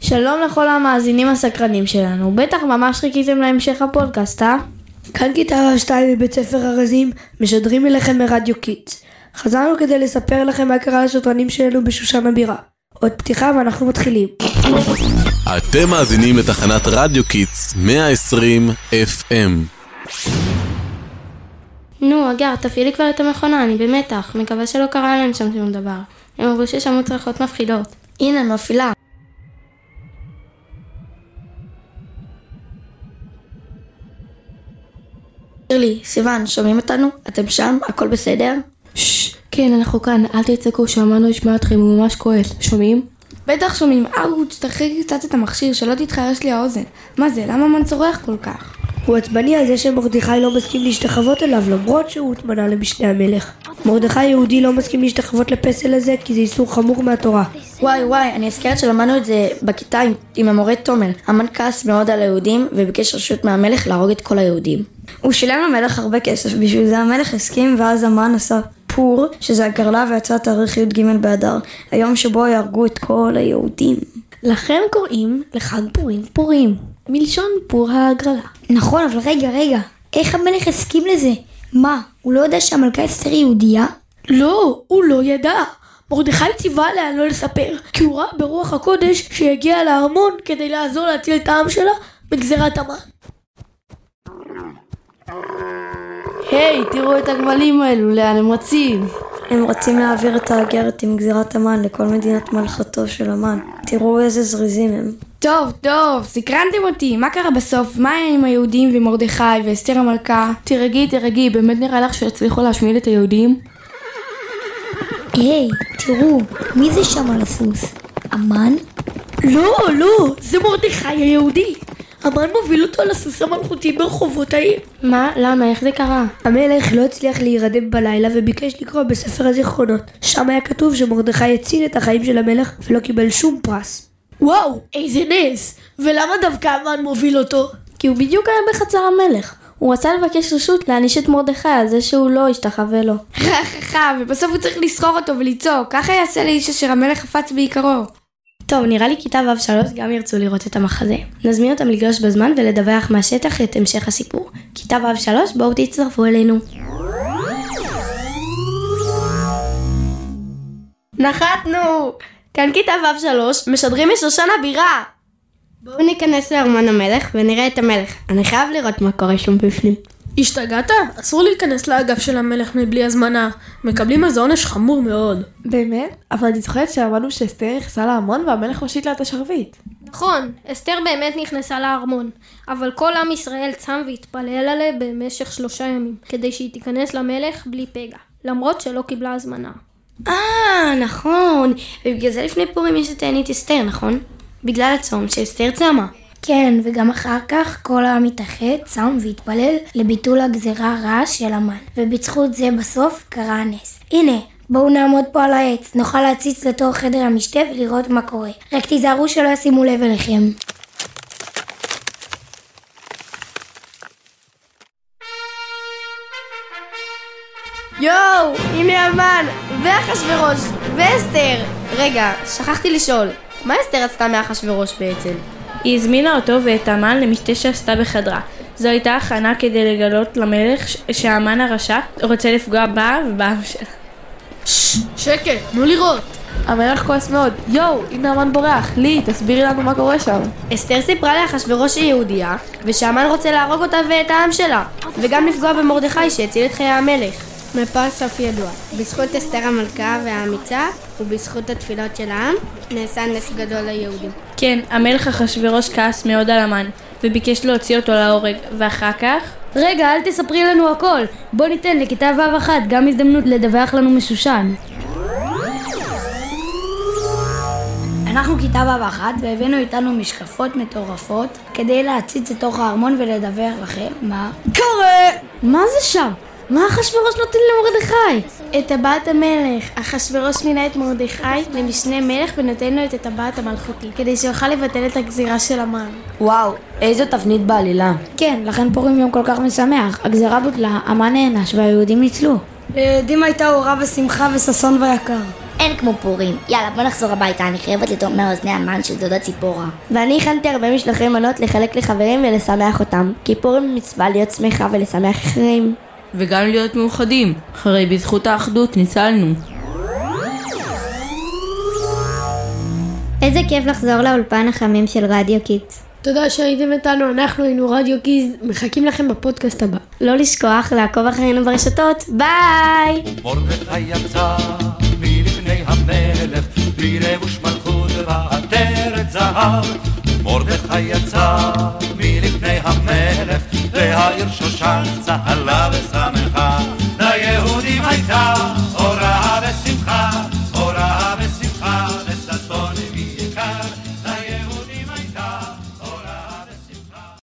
שלום לכל המאזינים הסקרנים שלנו, בטח ממש חיכיתם להמשך הפודקאסט, כאן כיתה 2 מבית ספר ארזים, משדרים אליכם מרדיו קיטס. חזרנו כדי לספר לכם מה קרה לשדרנים שלנו בשושן הבירה. עוד פתיחה ואנחנו מתחילים. אתם מאזינים לתחנת רדיו קיטס 120 FM. נו, אגר, תפעילי כבר את המכונה, אני במתח. מקווה שלא קרה להם שם שום דבר. הם אמרו ששמעו צרחות מפחידות. הנה, מפעילה. שירלי, סיוון, שומעים אותנו? אתם שם? הכל בסדר? כן, אנחנו כאן, אל תצעקו, שמענו לשמוע אתכם, הוא ממש כועס. שומעים? בטח שומעים, תחריגי קצת את המכשיר, שלא תתחרש לי האוזן. מה זה, למה מן צורח כל כך? הוא עצבני על זה שמרדכי לא מסכים להשתחוות אליו, למרות שהוא התמנה למשנה המלך. מרדכי יהודי לא מסכים להשתחוות לפסל הזה, כי זה איסור חמור מהתורה. וואי, אני אזכרת שלמדנו את זה בכיתה עם המורה תומר. המן כעס מאוד על היהודים וביקש רשות מהמלך להרוג את כל היהודים. הוא שילם למלך הרבה כסף, בשביל זה המלך הסכים, ואז המן עשה פור, שזה הגרלה, ויצא תאריך י"ג באדר, היום שבו יהרגו את כל היהודים. לכן קוראים לחג פורים, מלשון פור ההגרלה. נכון, אבל רגע, איך המלך הסכים לזה? מה, הוא לא יודע שהמלכה אסתר יהודייה? לא, הוא לא ידע. מרדכי ציווה עליה לא לספר, כי הוא ראה ברוח הקודש שיגיע לארמון כדי לעזור להציל את העם שלה בגזירת המן. היי, תראו את הגמלים האלו, לאן הם רצים? הם רוצים להעביר את האגרת עם גזירת המן לכל מדינת מלכתו של המן. תראו איזה זריזים הם. טוב, סקרנתם אותי, מה קרה בסוף? מה היה עם היהודים ומרדכי ואסתר המלכה? תרגי, באמת נראה לך שהצליחו להשמיד את היהודים? היי, תראו, מי זה שם על הסוס? המן? לא, זה מרדכי היהודי. המן מוביל אותו על הסוס המלכותי ברחובות העיר. מה? למה? איך זה קרה? המלך לא הצליח להירדם בלילה וביקש לקרוא בספר הזיכרונות. שם היה כתוב שמרדכי הציל את החיים של המלך ולא קיבל שום פרס. וואו, איזה נס! ולמה דווקא המן מוביל אותו? כי הוא בדיוק היה בחצר המלך. הוא רצה לבקש רשות להעניש את מרדכי על זה שהוא לא השתחווה לו. ובסוף הוא צריך לסחור אותו וליצור. ככה יעשה לאיש אשר המלך חפץ בעיקרו. טוב, נראה לי כיתה ו'3 גם ירצו לראות את המחזה. נזמין אותם לגלוש בזמן ולדווח מהשטח את המשך הסיפור. כיתה ו'3, בואו תצטרפו אלינו. נחתנו! כאן כיתה ו'3, משדרים משושן הבירה. בואו ניכנס לארמון המלך ונראה את המלך. אני חייב לראות מה קורה שם בפנים. השתגעת? אסור להיכנס לאגף של המלך מבלי הזמנה. מקבלים על זה עונש חמור מאוד. באמת? אבל אני זוכרת שאמרנו שאסתר נכנסה לארמון והמלך מושיט לה את השרביט. נכון, אסתר באמת נכנסה לארמון, אבל כל עם ישראל צם והתפלל עליה במשך 3 ימים, כדי שהיא תיכנס למלך בלי פגע, למרות שלא קיבלה הזמנה. נכון. ובגלל זה לפני פורים יש את תענית אסתר, נכון? בגלל הצום שאסתר צמה. כן, וגם אחר כך כל העם התאחד, צם והתפלל לביטול הגזירה הרעה של המן. ובזכות זה בסוף קרה הנס. הנה, בואו נעמוד פה על העץ, נוכל להציץ לתוך חדר המשתה ולראות מה קורה. רק תיזהרו שלא ישימו לב אליכם. יואו, הנה המן, ואחשוורוש, ואסתר. רגע, שכחתי לשאול, מה אסתר רצתה מאחשוורוש בעצם? היא הזמינה אותו ואת המן למשתה שעשתה בחדרה. זו הייתה הכנה כדי לגלות למלך שהמן הרשע רוצה לפגוע בה ובעם שלה. שקט, תנו לראות. המלך כועס מאוד. יואו, הנה המן בורח. לי, תסבירי לנו מה קורה שם. אסתר סיפרה לאחשוורוש שהיא יהודייה, ושהמן רוצה להרוג אותה ואת העם שלה, וגם לפגוע במרדכי שהציל את חיי המלך. מפה סוף ידוע. בזכות אסתר המלכה והאמיצה, ובזכות התפילות של העם, נעשה נס גדול ליהודים. כן, המלך אחשוורוש כעס מאוד על המן, וביקש להוציא אותו להורג, ואחר כך... רגע, אל תספרי לנו הכל. בוא ניתן לכיתה ו'1 גם הזדמנות לדווח לנו משושן. אנחנו כיתה ו'1 והבאנו איתנו משקפות מטורפות כדי להציץ לתוך הארמון ולדווח לכם מה קורה! מה זה שם? מה אחשוורוש נותן למרדכי? את טבעת המלך. אחשוורוש מינה את מרדכי למשנה מלך ונותן לו את הטבעת המלכותי, כדי שיוכל לבטל את הגזירה של המן. וואו, איזו תבנית בעלילה. כן, לכן פורים יום כל כך משמח. הגזירה בוטלה, המן נענש והיהודים ניצלו. ליהודים הייתה אורה ושמחה וששון ויקר. אין כמו פורים. יאללה, בוא נחזור הביתה, אני חייבת לטעום מהאוזני המן של דודה ציפורה. ואני הכנתי הרבה משלוחי מנות לחלק לחברים ולשמח אותם, כי פורים מצווה להיות שמחה ולשמח אחרים. וגם להיות מאוחדים, אחרי בזכות האחדות ניצלנו. איזה כיף לחזור לאולפן החמים של רדיו קידס. תודה שהייתם איתנו, אנחנו היינו רדיו קידס, מחכים לכם בפודקאסט הבא. לא לשכוח לעקוב אחרינו ברשתות, ביי! מרדכי יצא מלפני המלך, בלי לבוש מלכות ועטרת זהב. מרדכי יצא מלפני המלך, והעיר שושן צהלה ושמחה.